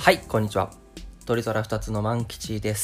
はい、こんにちは。鳥空2つの万吉です。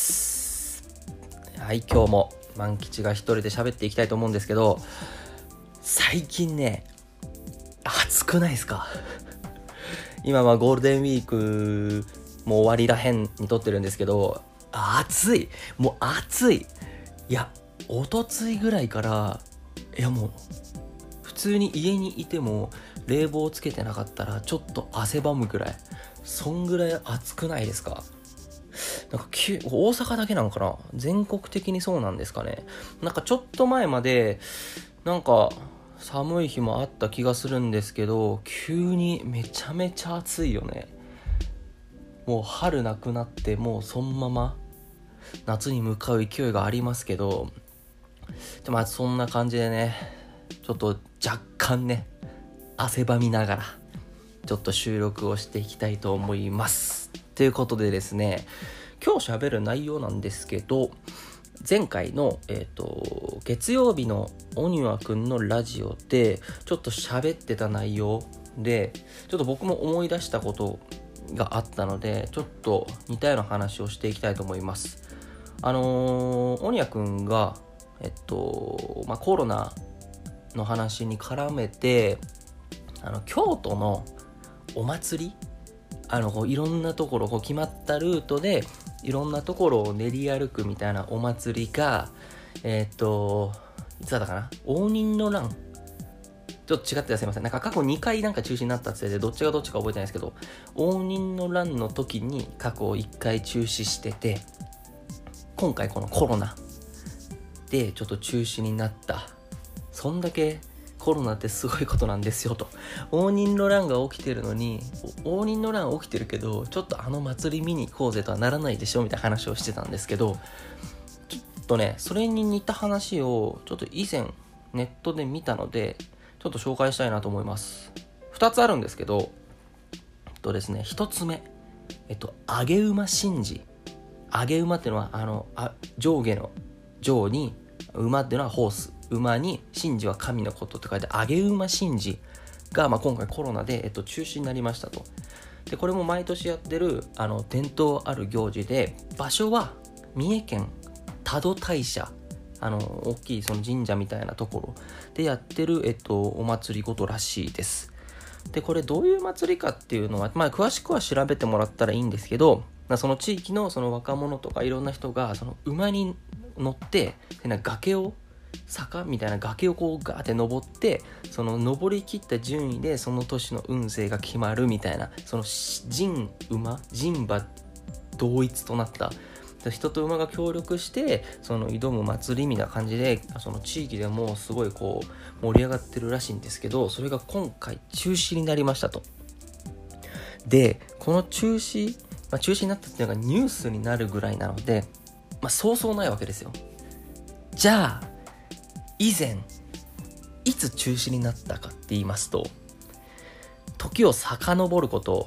はい、今日も万吉が一人で喋っていきたいと思うんですけど、最近ね、暑くないですか？今はゴールデンウィークもう終わりらへんに撮ってるんですけど、暑い、もう暑い。いや、おとついぐらいから、もう普通に家にいても冷房つけてなかったらちょっと汗ばむくらい、そんぐらい暑くないですか？なんか大阪だけなのかな、全国的にそうなんですかね。なんかちょっと前までなんか寒い日もあった気がするんですけど、急にめちゃめちゃ暑いよね。もう春なくなってもうそのまま夏に向かう勢いがありますけど、でもそんな感じでね、ちょっと若干ね汗ばみながらちょっと収録をしていきたいと思います。ということでですね、今日喋る内容なんですけど、前回の、月曜日のオニワくんのラジオでちょっと喋ってた内容で、ちょっと僕も思い出したことがあったので、ちょっと似たような話をしていきたいと思います。オニワくんがコロナの話に絡めて、京都のお祭り、いろんなところ決まったルートでいろんなところを練り歩くみたいなお祭りがいつだったかな、応仁の乱、ちょっと違ってた、すいません。なんか過去2回なんか中止になったって言って、どっちがどっちか覚えてないですけど、応仁の乱の時に過去1回中止してて、今回このコロナでちょっと中止になった。そんだけコロナってすごいことなんですよと。応仁の乱が起きてるのに、応仁の乱起きてるけどちょっと祭り見に行こうぜとはならないでしょみたいな話をしてたんですけど、ちょっとねそれに似た話をちょっと以前ネットで見たので、ちょっと紹介したいなと思います。2つあるんですけど、ですね、1つ目、上げ馬神事。上げ馬っていうのは上下の上に馬っていうのはホース、馬に神事は神のことって書いて上げ馬神事が、今回コロナで、中止になりましたと。でこれも毎年やってる伝統ある行事で、場所は三重県多度大社、大きいその神社みたいなところでやってる、お祭りごとらしいです。でこれどういう祭りかっていうのは、詳しくは調べてもらったらいいんですけど、その地域のその若者とかいろんな人がその馬に乗って崖を、坂みたいな崖をこうガーって登って、その登り切った順位でその年の運勢が決まるみたいな、その人馬同一となった人と馬が協力してその挑む祭りみたいな感じで、その地域でもすごいこう盛り上がってるらしいんですけど、それが今回中止になりましたと。でこの中止になったっていうのがニュースになるぐらいなので、そうそうないわけですよ。じゃあ以前いつ中止になったかって言いますと、時を遡ること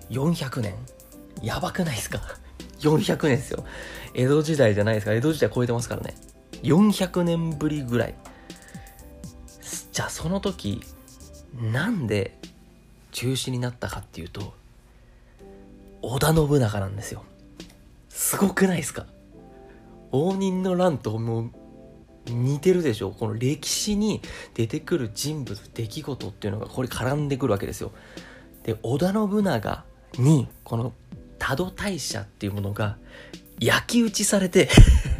400年。やばくないですか？400年ですよ。江戸時代じゃないですか。江戸時代超えてますからね。400年ぶりぐらい。じゃあその時なんで中止になったかっていうと、織田信長なんですよ。すごくないですか？応仁の乱ともう似てるでしょ。この歴史に出てくる人物、出来事っていうのがこれ絡んでくるわけですよ。で織田信長にこの多度大社っていうものが焼き討ちされて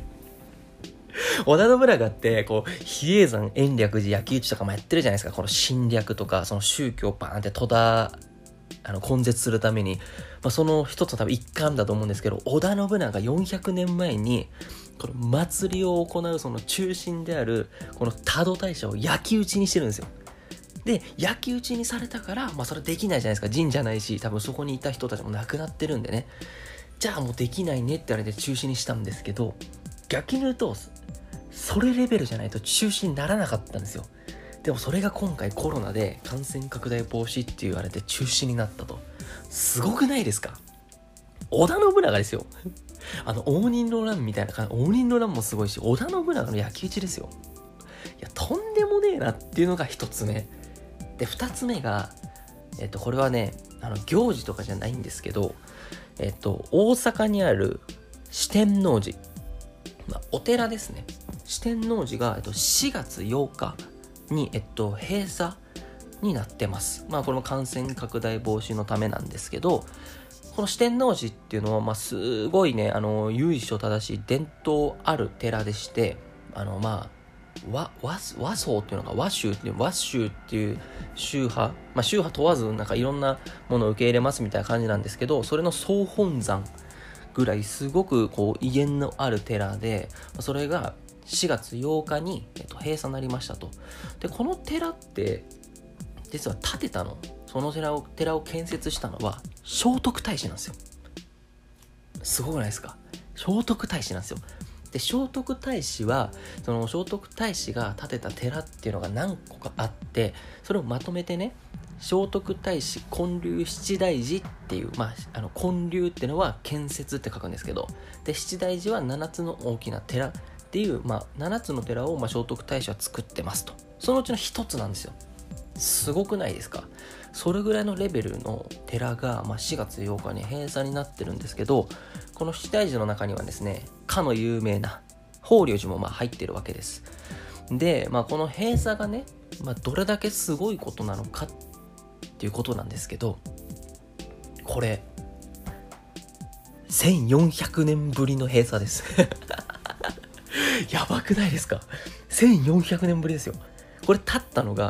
織田信長ってこう比叡山延暦寺焼き討ちとかもやってるじゃないですか。この侵略とかその宗教をバーンって根絶するために、その一つの多分一環だと思うんですけど、織田信長400年前にこの祭りを行うその中心であるこの多度大社を焼き討ちにしてるんですよ。で焼き討ちにされたから、それできないじゃないですか。神社ないし、多分そこにいた人たちも亡くなってるんでね。じゃあもうできないねって言われて中止にしたんですけど、逆に言うとそれレベルじゃないと中止にならなかったんですよ。でもそれが今回コロナで感染拡大防止って言われて中止になったと。すごくないですか？織田信長ですよ。応仁の乱みたいな感じ、応仁の乱もすごいし、織田信長の焼き討ちですよ。いやとんでもねえなっていうのが一つ目で、二つ目がこれはね行事とかじゃないんですけど、 大阪にある四天王寺、お寺ですね。四天王寺が、4月8日に、閉鎖になってます。これも感染拡大防止のためなんですけど、この四天王寺っていうのは、すごいね、由緒正しい伝統ある寺でして、和宗っていうのが和宗っていう宗派、宗派問わずなんかいろんなものを受け入れますみたいな感じなんですけど、それの総本山ぐらいすごく威厳のある寺で、それが4月8日に、閉鎖になりましたと。で、この寺って実はその寺を建設したのは聖徳太子なんですよ。すごくないですか？聖徳太子なんですよ。で、聖徳太子はその聖徳太子が建てた寺っていうのが何個かあって、それをまとめてね、聖徳太子建立七大寺っていう、建立っていうのは建設って書くんですけど、で七大寺は7つの大きな寺っていう、7つの寺を聖徳太子は作ってますと。そのうちの1つなんですよ。すごくないですか？それぐらいのレベルの寺が、4月8日に閉鎖になってるんですけど、この七大寺の中にはですね、かの有名な法隆寺も入ってるわけです。で、この閉鎖がね、どれだけすごいことなのかっていうことなんですけど、これ1400年ぶりの閉鎖ですやばくないですか？1400年ぶりですよ。これ建ったのが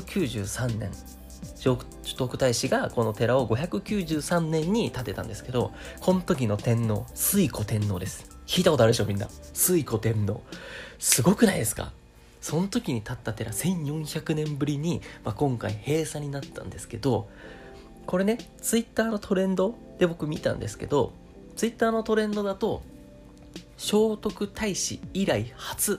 593年、聖徳太子がこの寺を593年に建てたんですけど、この時の天皇、推古天皇です。聞いたことあるでしょみんな。推古天皇、すごくないですか？その時に建った寺1400年ぶりに、今回閉鎖になったんですけど、これね、ツイッターのトレンドで僕見たんですけど、ツイッターのトレンドだと聖徳太子以来初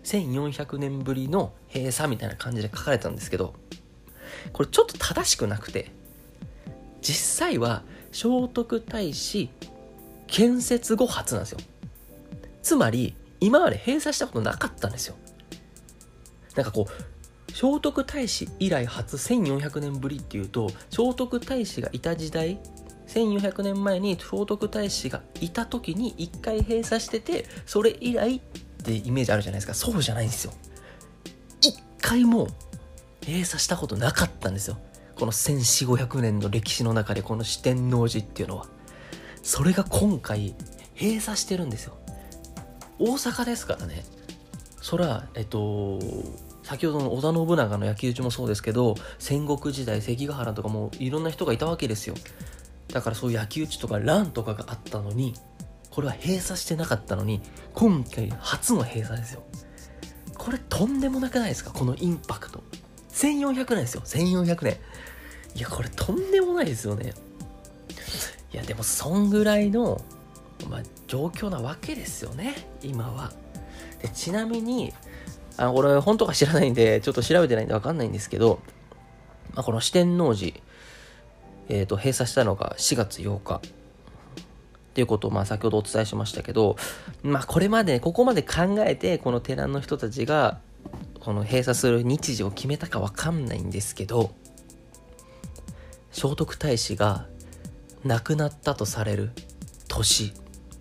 1400年ぶりの閉鎖みたいな感じで書かれたんですけど、これちょっと正しくなくて、実際は聖徳太子建設後初なんですよ。つまり今まで閉鎖したことなかったんですよ。なんか聖徳太子以来初1400年ぶりっていうと、聖徳太子がいた時代、1400年前に聖徳太子がいた時に一回閉鎖してて、それ以来ってイメージあるじゃないですか。そうじゃないんですよ。一回も閉鎖したことなかったんですよ。この1400、500年の歴史の中で、この四天王寺っていうのは。それが今回閉鎖してるんですよ。大阪ですからね。そら、先ほどの織田信長の焼き討ちもそうですけど、戦国時代関ヶ原とかもいろんな人がいたわけですよ。だからそういう焼き討ちとか乱とかがあったのに、これは閉鎖してなかったのに、今回初の閉鎖ですよ。これとんでもなくないですか？このインパクト。1400年ですよ。1400年。いや、これとんでもないですよね。いや、でもそんぐらいの、状況なわけですよね、今は。で、ちなみに俺本当か知らないんでちょっと調べてないんで分かんないんですけど、この四天王寺、閉鎖したのが4月8日っていうことを先ほどお伝えしましたけど、ここまで考えてこの寺の人たちがこの閉鎖する日時を決めたか分かんないんですけど、聖徳太子が亡くなったとされる年、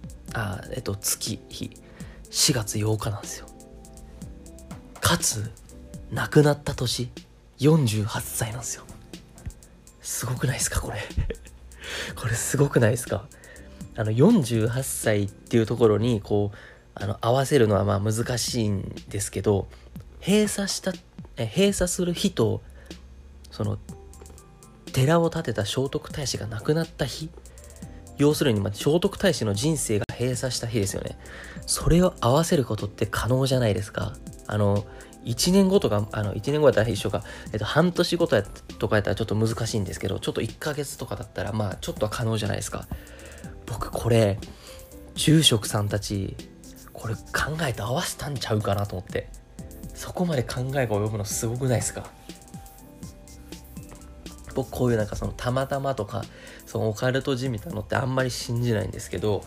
日4月8日なんですよ。かつ亡くなった年48歳なんですよ。すごくないですかこれこれすごくないですか？48歳っていうところに合わせるのは難しいんですけど、閉鎖する日とその寺を建てた聖徳太子が亡くなった日、要するに聖徳太子の人生が閉鎖した日ですよね。それを合わせることって可能じゃないですか。1年後とか1年後やったら一緒か、半年後とかやったらちょっと難しいんですけど、ちょっと1ヶ月とかだったらちょっとは可能じゃないですか。僕これ住職さんたちこれ考えて合わせたんちゃうかなと思って、そこまで考えが及ぶのすごくないですか？僕こういうそのたまたまとかそのオカルトじみたのってあんまり信じないんですけど、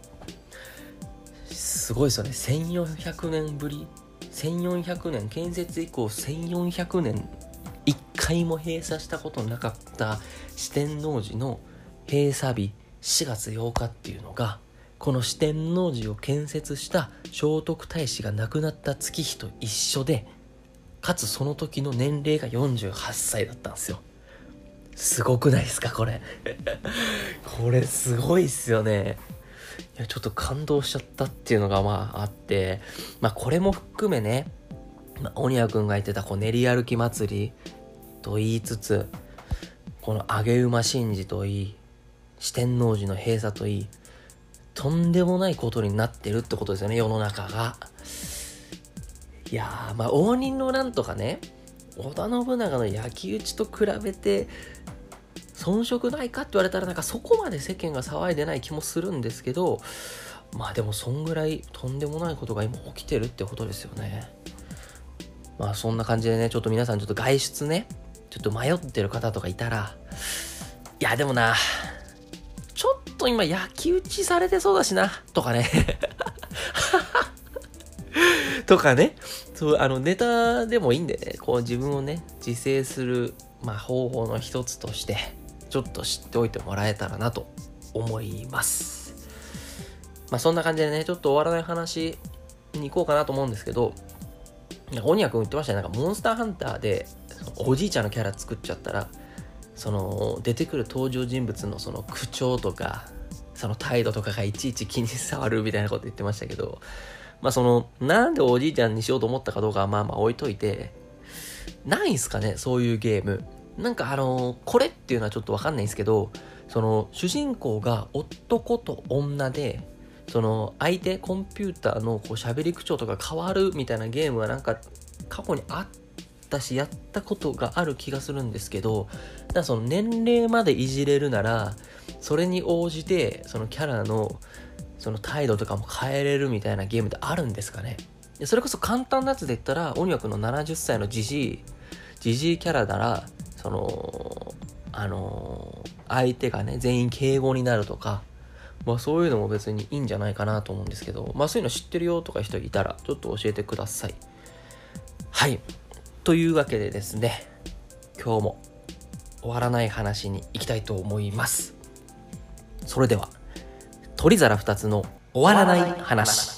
すごいですよね。1400年ぶり、1400年建設以降1400年一回も閉鎖したことなかった四天王寺の閉鎖日 4月8日っていうのがこの四天王寺を建設した聖徳太子が亡くなった月日と一緒で、かつその時の年齢が48歳だったんですよ。すごくないですかこれこれすごいっすよね。いやちょっと感動しちゃったっていうのがあって、これも含めね、鬼谷くんが言ってた練り歩き祭りと言いつつ、この上げ馬神事といい、四天王寺の閉鎖といい、とんでもないことになってるってことですよね、世の中が。いやー、応仁の乱とかね、織田信長の焼き討ちと比べて遜色ないかって言われたらそこまで世間が騒いでない気もするんですけど、でもそんぐらいとんでもないことが今起きてるってことですよね。そんな感じでね、ちょっと皆さんちょっと外出ね、ちょっと迷ってる方とかいたら、いやでもな、ちょっと今焼き討ちされてそうだしなとかねとかね、そうネタでもいいんでね、こう自分をね自制する方法の一つとしてちょっと知っておいてもらえたらなと思います。そんな感じでね、ちょっと終わらない話に行こうかなと思うんですけど、鬼谷くん言ってましたね、モンスターハンターでおじいちゃんのキャラ作っちゃったら、出てくる登場人物のその口調とかその態度とかがいちいち気に障るみたいなこと言ってましたけど、なんでおじいちゃんにしようと思ったかどうかは置いといて、ないんすかねそういうゲーム。これっていうのはちょっとわかんないんですけど、主人公が男と女で、相手コンピューターの喋り口調とか変わるみたいなゲームは過去にあったしやったことがある気がするんですけど、年齢までいじれるならそれに応じてそのキャラの態度とかも変えれるみたいなゲームってあるんですかね。それこそ簡単なやつで言ったら、鬼役の70歳のジジイキャラなら相手がね全員敬語になるとか、そういうのも別にいいんじゃないかなと思うんですけど、そういうの知ってるよとか人いたらちょっと教えてください。はい、というわけでですね、今日も終わらない話に行きたいと思います。それでは取り皿2つの終わらない話。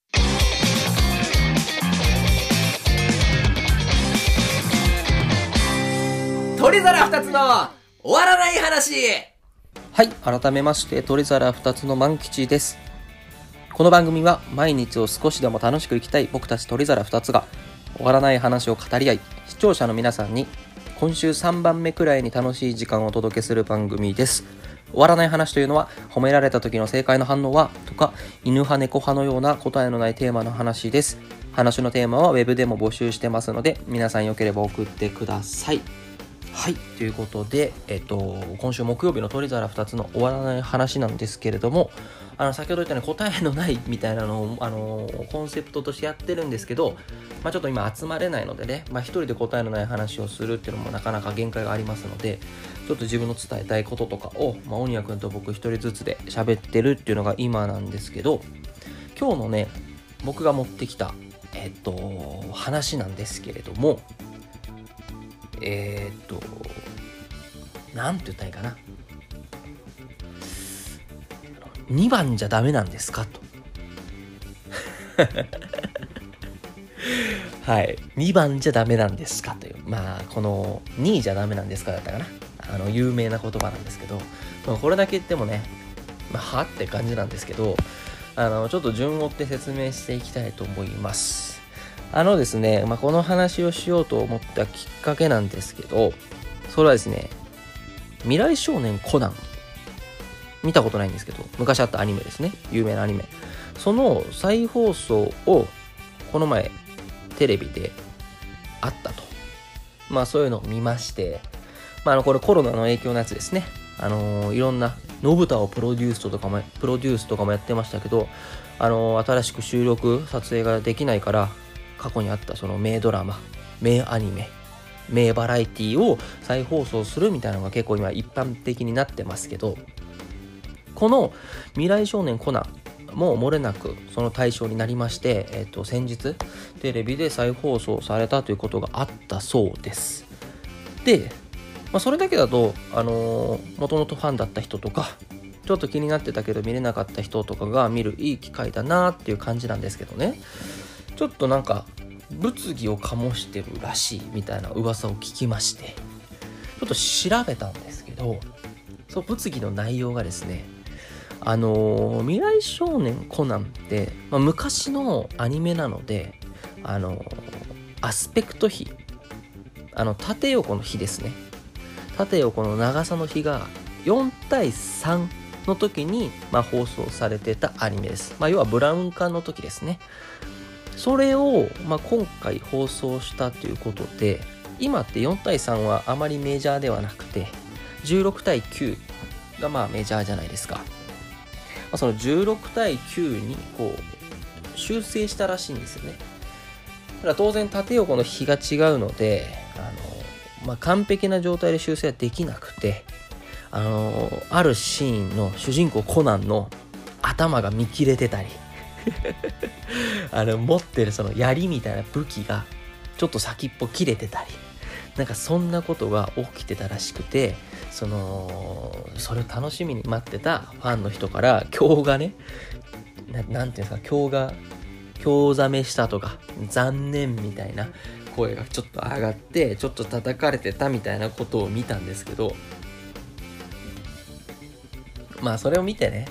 取り皿2つの終わらない話。はい、改めまして取り皿2つの万吉です。この番組は毎日を少しでも楽しく生きたい僕たち取り皿2つが終わらない話を語り合い、視聴者の皆さんに今週3番目くらいに楽しい時間をお届けする番組です。終わらない話というのは、褒められた時の正解の反応はとか、犬派猫派のような答えのないテーマの話です。話のテーマはウェブでも募集してますので、皆さんよければ送ってください。はい、ということで、今週木曜日の取り皿2つの終わらない話なんですけれども、先ほど言ったように答えのないみたいなのを、コンセプトとしてやってるんですけど、ちょっと今集まれないのでね、一人で答えのない話をするっていうのもなかなか限界がありますので、ちょっと自分の伝えたいこととかを、鬼谷くんと僕一人ずつで喋ってるっていうのが今なんですけど、今日のね、僕が持ってきた、話なんですけれども、なんて言ったらいいかな。2番じゃダメなんですかと。はい。2番じゃダメなんですかという。この2位じゃダメなんですかだったかな。有名な言葉なんですけど、これだけ言ってもね、はって感じなんですけど、ちょっと順を追って説明していきたいと思います。ですね、この話をしようと思ったきっかけなんですけど、それはですね、未来少年コナン。見たことないんですけど、昔あったアニメですね。有名なアニメ。その再放送を、この前、テレビであったと。そういうのを見まして、これコロナの影響のやつですね。いろんな、信太をプロデュースとかもやってましたけど、新しく収録、撮影ができないから、過去にあったその名ドラマ、名アニメ、名バラエティを再放送するみたいなのが結構今一般的になってますけど、この未来少年コナンも漏れなくその対象になりまして、先日テレビで再放送されたということがあったそうです。で、それだけだともともとファンだった人とかちょっと気になってたけど見れなかった人とかが見るいい機会だなっていう感じなんですけどね。ちょっとなんか物議を醸してるらしいみたいな噂を聞きまして、ちょっと調べたんですけど、そう物議の内容がですね、未来少年コナンって、昔のアニメなので、アスペクト比、縦横の比ですね、縦横の長さの比が4対3の時に、放送されてたアニメです。要はブラウン管の時ですね。それを、今回放送したということで、今って4対3はあまりメジャーではなくて、16対9がメジャーじゃないですか。その16対9にこう修正したらしいんですよね。だから当然縦横の比が違うので、完璧な状態で修正はできなくて、あるシーンの主人公コナンの頭が見切れてたり持ってるその槍みたいな武器がちょっと先っぽ切れてたり、なんかそんなことが起きてたらしくて、それを楽しみに待ってたファンの人から今日がね、なんていうんですか、興ざめしたとか残念みたいな声がちょっと上がって、ちょっと叩かれてたみたいなことを見たんですけど、それを見てね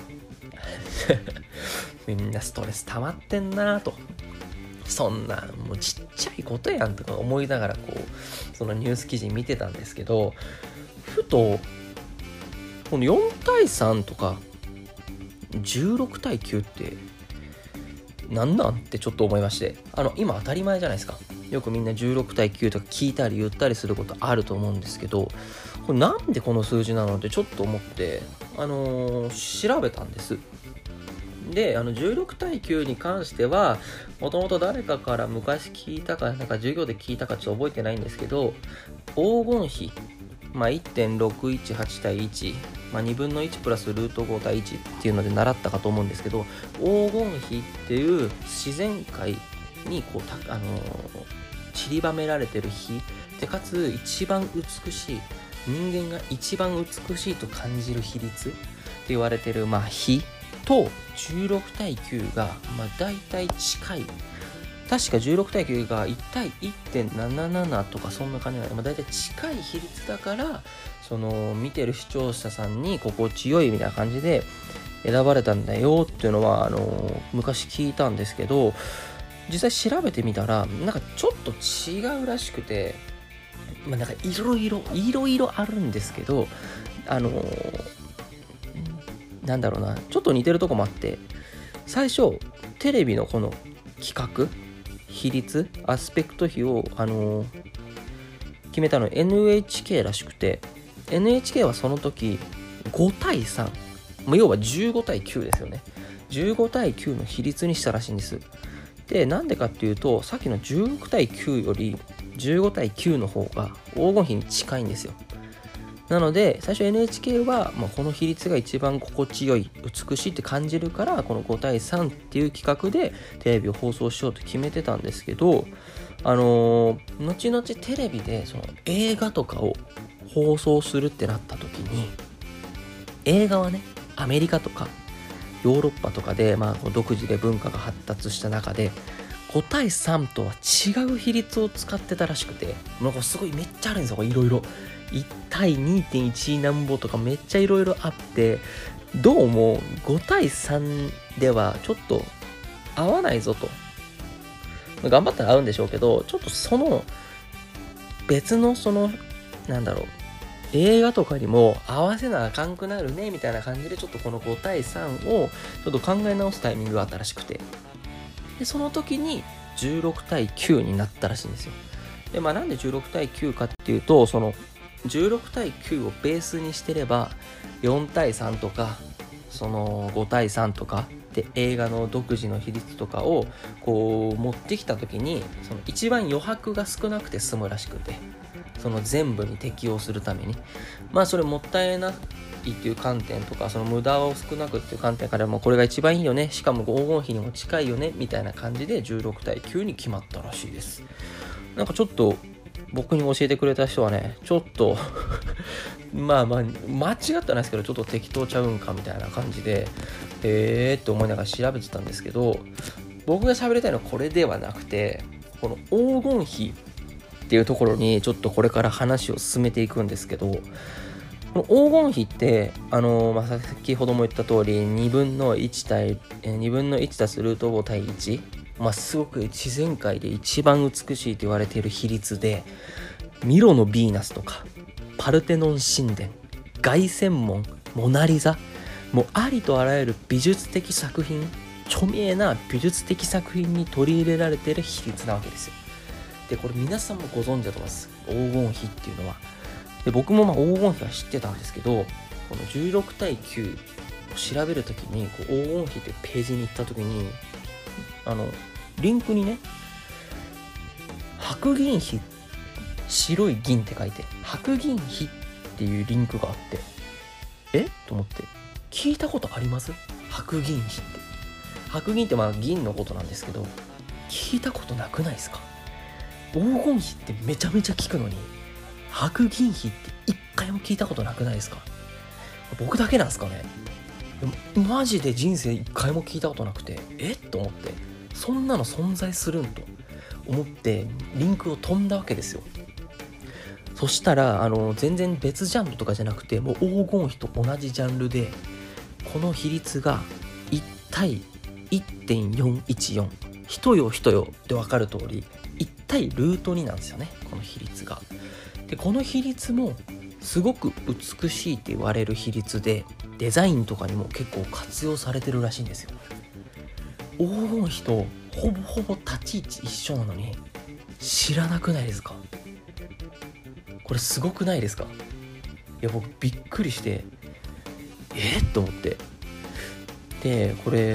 みんなストレス溜まってんなと、そんなもうちっちゃいことやんとか思いながらそのニュース記事見てたんですけど、ふとこの4対3とか16対9ってなんってちょっと思いまして、今当たり前じゃないですか。よくみんな16対9とか聞いたり言ったりすることあると思うんですけど、これなんでこの数字なのってちょっと思って、調べたんです。で、16対9に関してはもともと誰かから昔聞いたか、なんか授業で聞いたかちょっと覚えてないんですけど、黄金比、1.618 対1、2分の1プラスルート5対1っていうので習ったかと思うんですけど、黄金比っていう自然界に散りばめられてる比で、かつ一番美しい、人間が一番美しいと感じる比率って言われてる比と16対9が大体近い。確か16対9が1対 1.77 とかそんな感じなので、大体近い比率だから、その見てる視聴者さんに心地よいみたいな感じで選ばれたんだよっていうのは昔聞いたんですけど、実際調べてみたらなんかちょっと違うらしくて、なんかいろいろあるんですけど、なんだろうな、ちょっと似てるとこもあって、最初テレビのこの企画比率アスペクト比を決めたのは NHK らしくて、 NHK はその時5対3、要は15対9ですよね。15対9の比率にしたらしいんです。で、なんでかっていうと、さっきの16対9より15対9の方が黄金比に近いんですよ。なので最初 NHK は、この比率が一番心地よい、美しいって感じるから、この5対3っていう企画でテレビを放送しようと決めてたんですけど、後々テレビでその映画とかを放送するってなった時に、映画はね、アメリカとかヨーロッパとかで、独自で文化が発達した中で5対3とは違う比率を使ってたらしくて、すごいめっちゃあるんですよ、いろいろ。1対 2.1 なんぼとかめっちゃいろいろあって、どうも5対3ではちょっと合わないぞと。頑張ったら合うんでしょうけど、ちょっとその別の映画とかにも合わせなあかんくなるねみたいな感じで、ちょっとこの5対3をちょっと考え直すタイミングがあったらしくて、でその時に16対9になったらしいんですよ。で、なんで16対9かっていうと、その16対9をベースにしてれば4対3とかその5対3とかで映画の独自の比率とかをこう持ってきた時に、その一番余白が少なくて済むらしくて、その全部に適応するためにそれもったいないっていう観点とか、その無駄を少なくっていう観点からもこれが一番いいよね、しかも黄金比にも近いよねみたいな感じで16対9に決まったらしいです。なんかちょっと僕に教えてくれた人はね、ちょっとまあ間違ってないですけど、ちょっと適当ちゃうんかみたいな感じでって思いながら調べてたんですけど、僕が喋りたいのはこれではなくて、この黄金比っていうところにちょっとこれから話を進めていくんですけど、この黄金比って先ほども言った通り2分の1対2分の1たすルート5対1、すごく自然界で一番美しいと言われている比率で、ミロのヴィーナスとかパルテノン神殿、凱旋門、モナリザ、もうありとあらゆる美術的作品、著名な美術的作品に取り入れられている比率なわけですよ。でこれ皆さんもご存知だと思います、黄金比っていうのは。で僕も黄金比は知ってたんですけど、この16対9を調べるときに黄金比っていうページに行ったときに、リンクにね、白銀比、白い銀って書いて白銀比っていうリンクがあって、と思って、聞いたことあります？白銀比って。白銀って銀のことなんですけど、聞いたことなくないですか？黄金比ってめちゃめちゃ聞くのに、白銀比って一回も聞いたことなくないですか？僕だけなんですかね。マジで人生一回も聞いたことなくて、と思って、そんなの存在するんと思ってリンクを飛んだわけですよ。そしたら全然別ジャンルとかじゃなくて、もう黄金比と同じジャンルで、この比率が1対 1.414、 一よ一よで分かる通り1対ルート2なんですよね、この比率が。でこの比率もすごく美しいって言われる比率で、デザインとかにも結構活用されてるらしいんですよ。黄金比とほぼほぼ立ち位置一緒なのに知らなくないですか？これすごくないですか？いや僕びっくりして、と思って、でこれ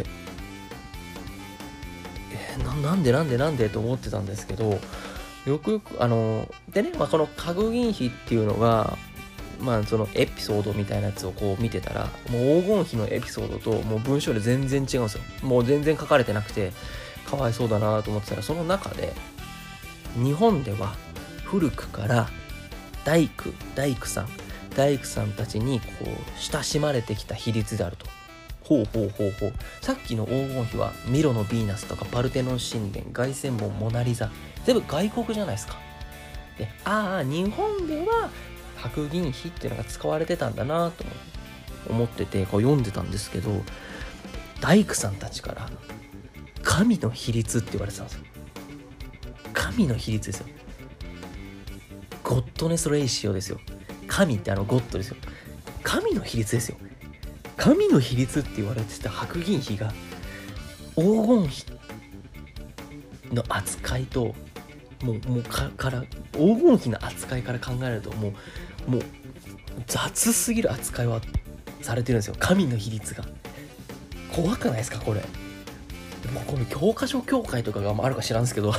なんでと思ってたんですけど、よくでね、この白銀比っていうのがそのエピソードみたいなやつをこう見てたら、もう黄金比のエピソードともう文章で全然違うんですよ。もう全然書かれてなくてかわいそうだなと思ってたら、その中で日本では古くから大工さんたちにこう親しまれてきた比率であると。さっきの黄金比はミロのヴィーナスとかパルテノン神殿、凱旋門、モナリザ、全部外国じゃないですか。で日本では白銀比っていうのが使われてたんだなと思っててこう読んでたんですけど、大工さんたちから神の比率って言われてたんですよ。神の比率ですよ。ゴッドネスレイシオですよ。神ってゴッドですよ。神の比率ですよ。神の比率って言われてた白銀比が黄金比の扱いとから黄金比の扱いから考えるともう雑すぎる扱いはされてるんですよ。神の比率が怖くないですかこれ。もうこの教科書協会とかがあるか知らんすけども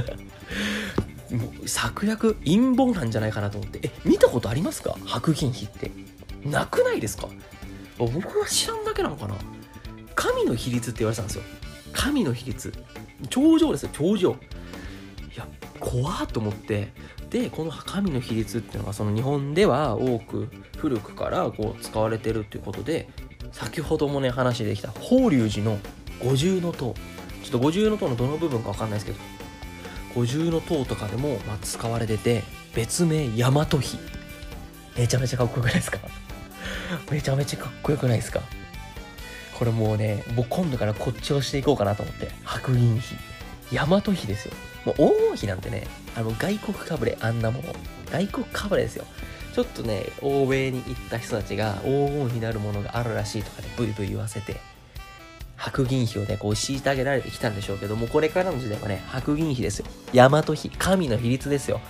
う策略陰謀なんじゃないかなと思って、見たことありますか？白銀比ってなくないですか？僕は知らんだけなのかな。神の比率って言われてたんですよ。神の比率頂上ですよ、頂上。いや怖っと思って、でこの神の比率っていうのがその日本では多く古くからこう使われてるっていうことで、先ほどもね話できた法隆寺の五重塔、ちょっと五重塔のどの部分か分かんないですけど、五重塔とかでも使われてて、別名大和比。めちゃめちゃかっこよくないですか？めちゃめちゃかっこよくないですか？これもうね、僕今度からこっちをしていこうかなと思って、白銀比、大和比ですよ。もう黄金比なんてね、外国かぶれ、あんなもの外国かぶれですよ。ちょっとね欧米に行った人たちが黄金比なるものがあるらしいとかでブイブイ言わせて、白銀比をねこう虐げられてきたんでしょうけども、これからの時代はね白銀比ですよ。大和比、神の比率ですよ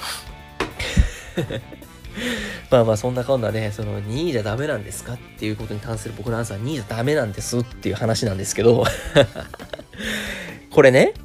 そんなこんなね、その2位じゃダメなんですかっていうことに関する僕のアンサーは2位じゃダメなんですっていう話なんですけどこれね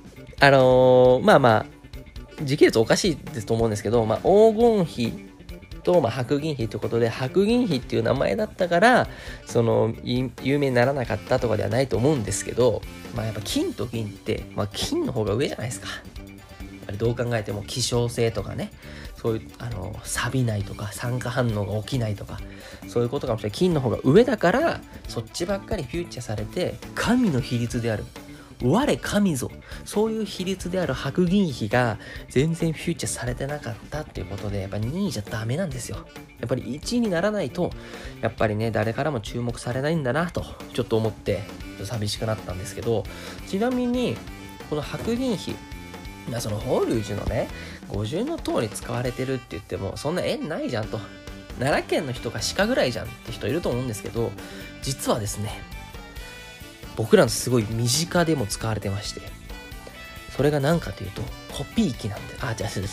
時系列おかしいですと思うんですけど、黄金比と白銀比ということで、白銀比っていう名前だったからその有名にならなかったとかではないと思うんですけど、やっぱ金と銀って、金の方が上じゃないですか。 ぱりどう考えても希少性とかね、そういう錆びないとか酸化反応が起きないとか、そういうことかもしれない。金の方が上だからそっちばっかりフューチャーされて、神の比率である我神ぞ、そういう比率である白銀比が全然フューチャーされてなかったっていうことで、やっぱ2位じゃダメなんですよ。やっぱり1位にならないとやっぱりね、誰からも注目されないんだなとちょっと思って寂しくなったんですけど、ちなみにこの白銀比、その法隆寺のね五重塔に使われてるって言ってもそんな縁ないじゃんと、奈良県の人が鹿ぐらいじゃんって人いると思うんですけど、実はですね、僕らのすごい身近でも使われてまして、それが何かというとコピー機なんで、コ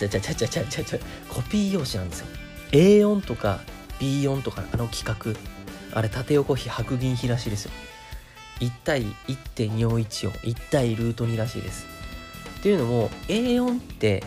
ピー用紙なんですよ。 A4 とか B4 とか規格、あれ縦横比白銀比らしいですよ。1対 1.414 1対ルート2らしいです。っていうのも A4 って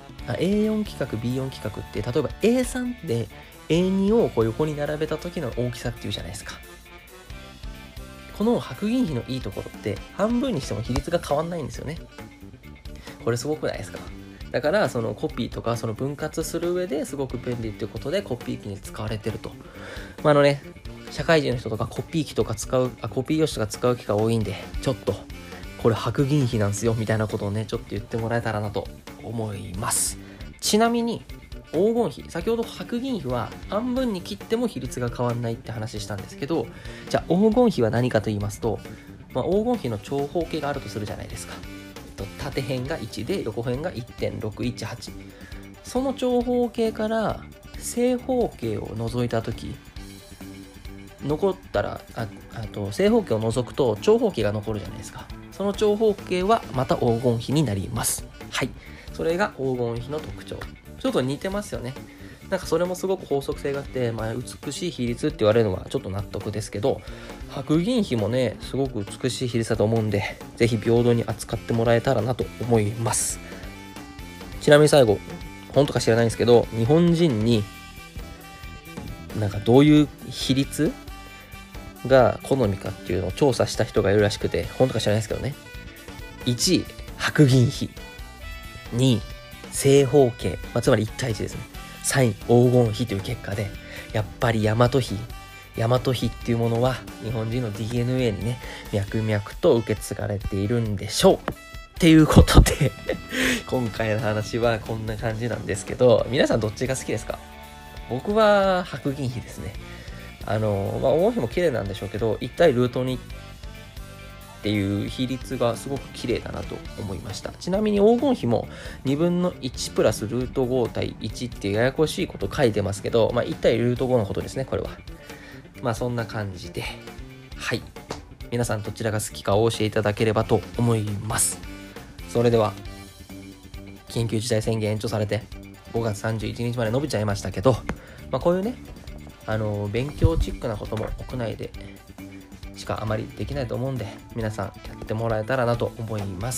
A4 規格 B4 規格って、例えば A3 で A2 をこう横に並べた時の大きさっていうじゃないですか。この白銀比のいいところって半分にしても比率が変わんないんですよね。これすごくないですか。だからそのコピーとかその分割する上ですごく便利っていうことでコピー機に使われてると。社会人の人とかコピー機とかコピー用紙とか使う機会多いんで、ちょっとこれ白銀比なんですよみたいなことをねちょっと言ってもらえたらなと思います。ちなみに黄金比、先ほど白銀比は半分に切っても比率が変わんないって話したんですけど、じゃあ黄金比は何かと言いますと、黄金比の長方形があるとするじゃないですか。縦辺が1で横辺が 1.618、 その長方形から正方形を除いたとき、残ったら正方形を除くと長方形が残るじゃないですか。その長方形はまた黄金比になります。はい、それが黄金比の特徴。ちょっと似てますよね。なんかそれもすごく法則性があって、美しい比率って言われるのはちょっと納得ですけど、白銀比もねすごく美しい比率だと思うんで、ぜひ平等に扱ってもらえたらなと思います。ちなみに最後、本とか知らないんですけど、日本人になんかどういう比率が好みかっていうのを調査した人がいるらしくて、本とか知らないですけどね。1位白銀比、2位正方形、つまり1対1ですね。3位黄金比という結果で、やっぱり大和比っていうものは日本人の DNA にね脈々と受け継がれているんでしょうっていうことで今回の話はこんな感じなんですけど、皆さんどっちが好きですか？僕は白銀比ですね。黄金比も綺麗なんでしょうけど、1対ルート2っていう比率がすごく綺麗だなと思いました。ちなみに黄金比も2分の1プラスルート5対1っていうややこしいこと書いてますけど、1対ルート5のことですね、これは。そんな感じで、はい。皆さんどちらが好きかお教えいただければと思います。それでは、緊急事態宣言延長されて5月31日まで伸びちゃいましたけど、こういうね、勉強チックなことも屋内でしかあまりできないと思うんで、皆さんやってもらえたらなと思います。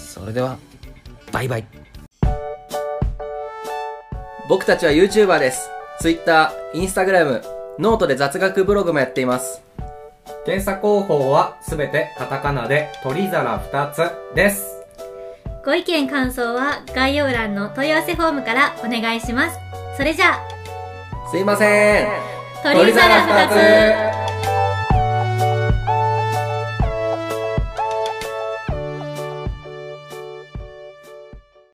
それではバイバイ。僕たちは YouTuber です。 Twitter、Instagram、ノートで雑学ブログもやっています。 検査方法はすべてカタカナで鳥皿2つです。 ご意見感想は概要欄の問い合わせフォームからお願いします。それじゃあ、 すいません、 鳥皿2つ。